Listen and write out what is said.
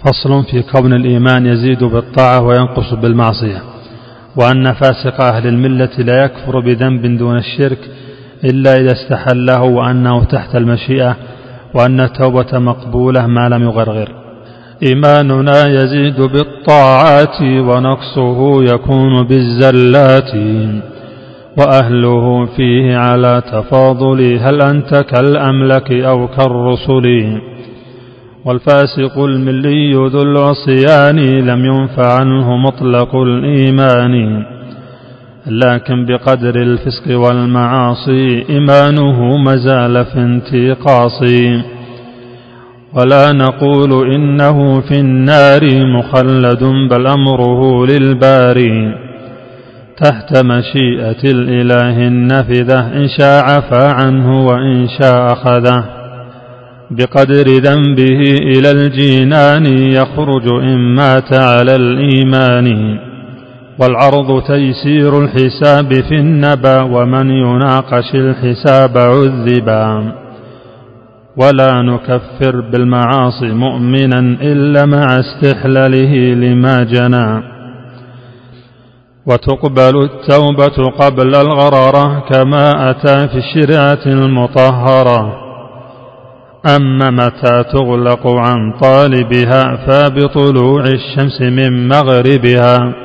فصل في كون الإيمان يزيد بالطاعة وينقص بالمعصية، وأن فاسق أهل الملة لا يكفر بذنب دون الشرك إلا إذا استحله، وأنه تحت المشيئة، وأن التوبة مقبولة ما لم يغرغر. إيماننا يزيد بالطاعات ونقصه يكون بالزلات، وأهله فيه على تفاضل، هل أنت كالأملك أو كالرسل. والفاسق الملي ذو العصيان لم ينفع عنه مطلق الإيمان، لكن بقدر الفسق والمعاصي إيمانه مازال في انتقاص. ولا نقول إنه في النار مخلد، بل أمره للباري تحت مشيئة الإله النافذة، إن شاء عفا عنه وإن شاء أخذه. بقدر ذنبه إلى الجنان يخرج إن مات على الإيمان، والعرض تيسير الحساب في النبا، ومن يناقش الحساب عذبا. ولا نكفر بالمعاصي مؤمنا إلا مع استحلاله لما جنى، وتقبل التوبة قبل الغرارة كما أتى في الشريعة المطهرة. أما متى تغلق عن طالبها فبطلوع الشمس من مغربها،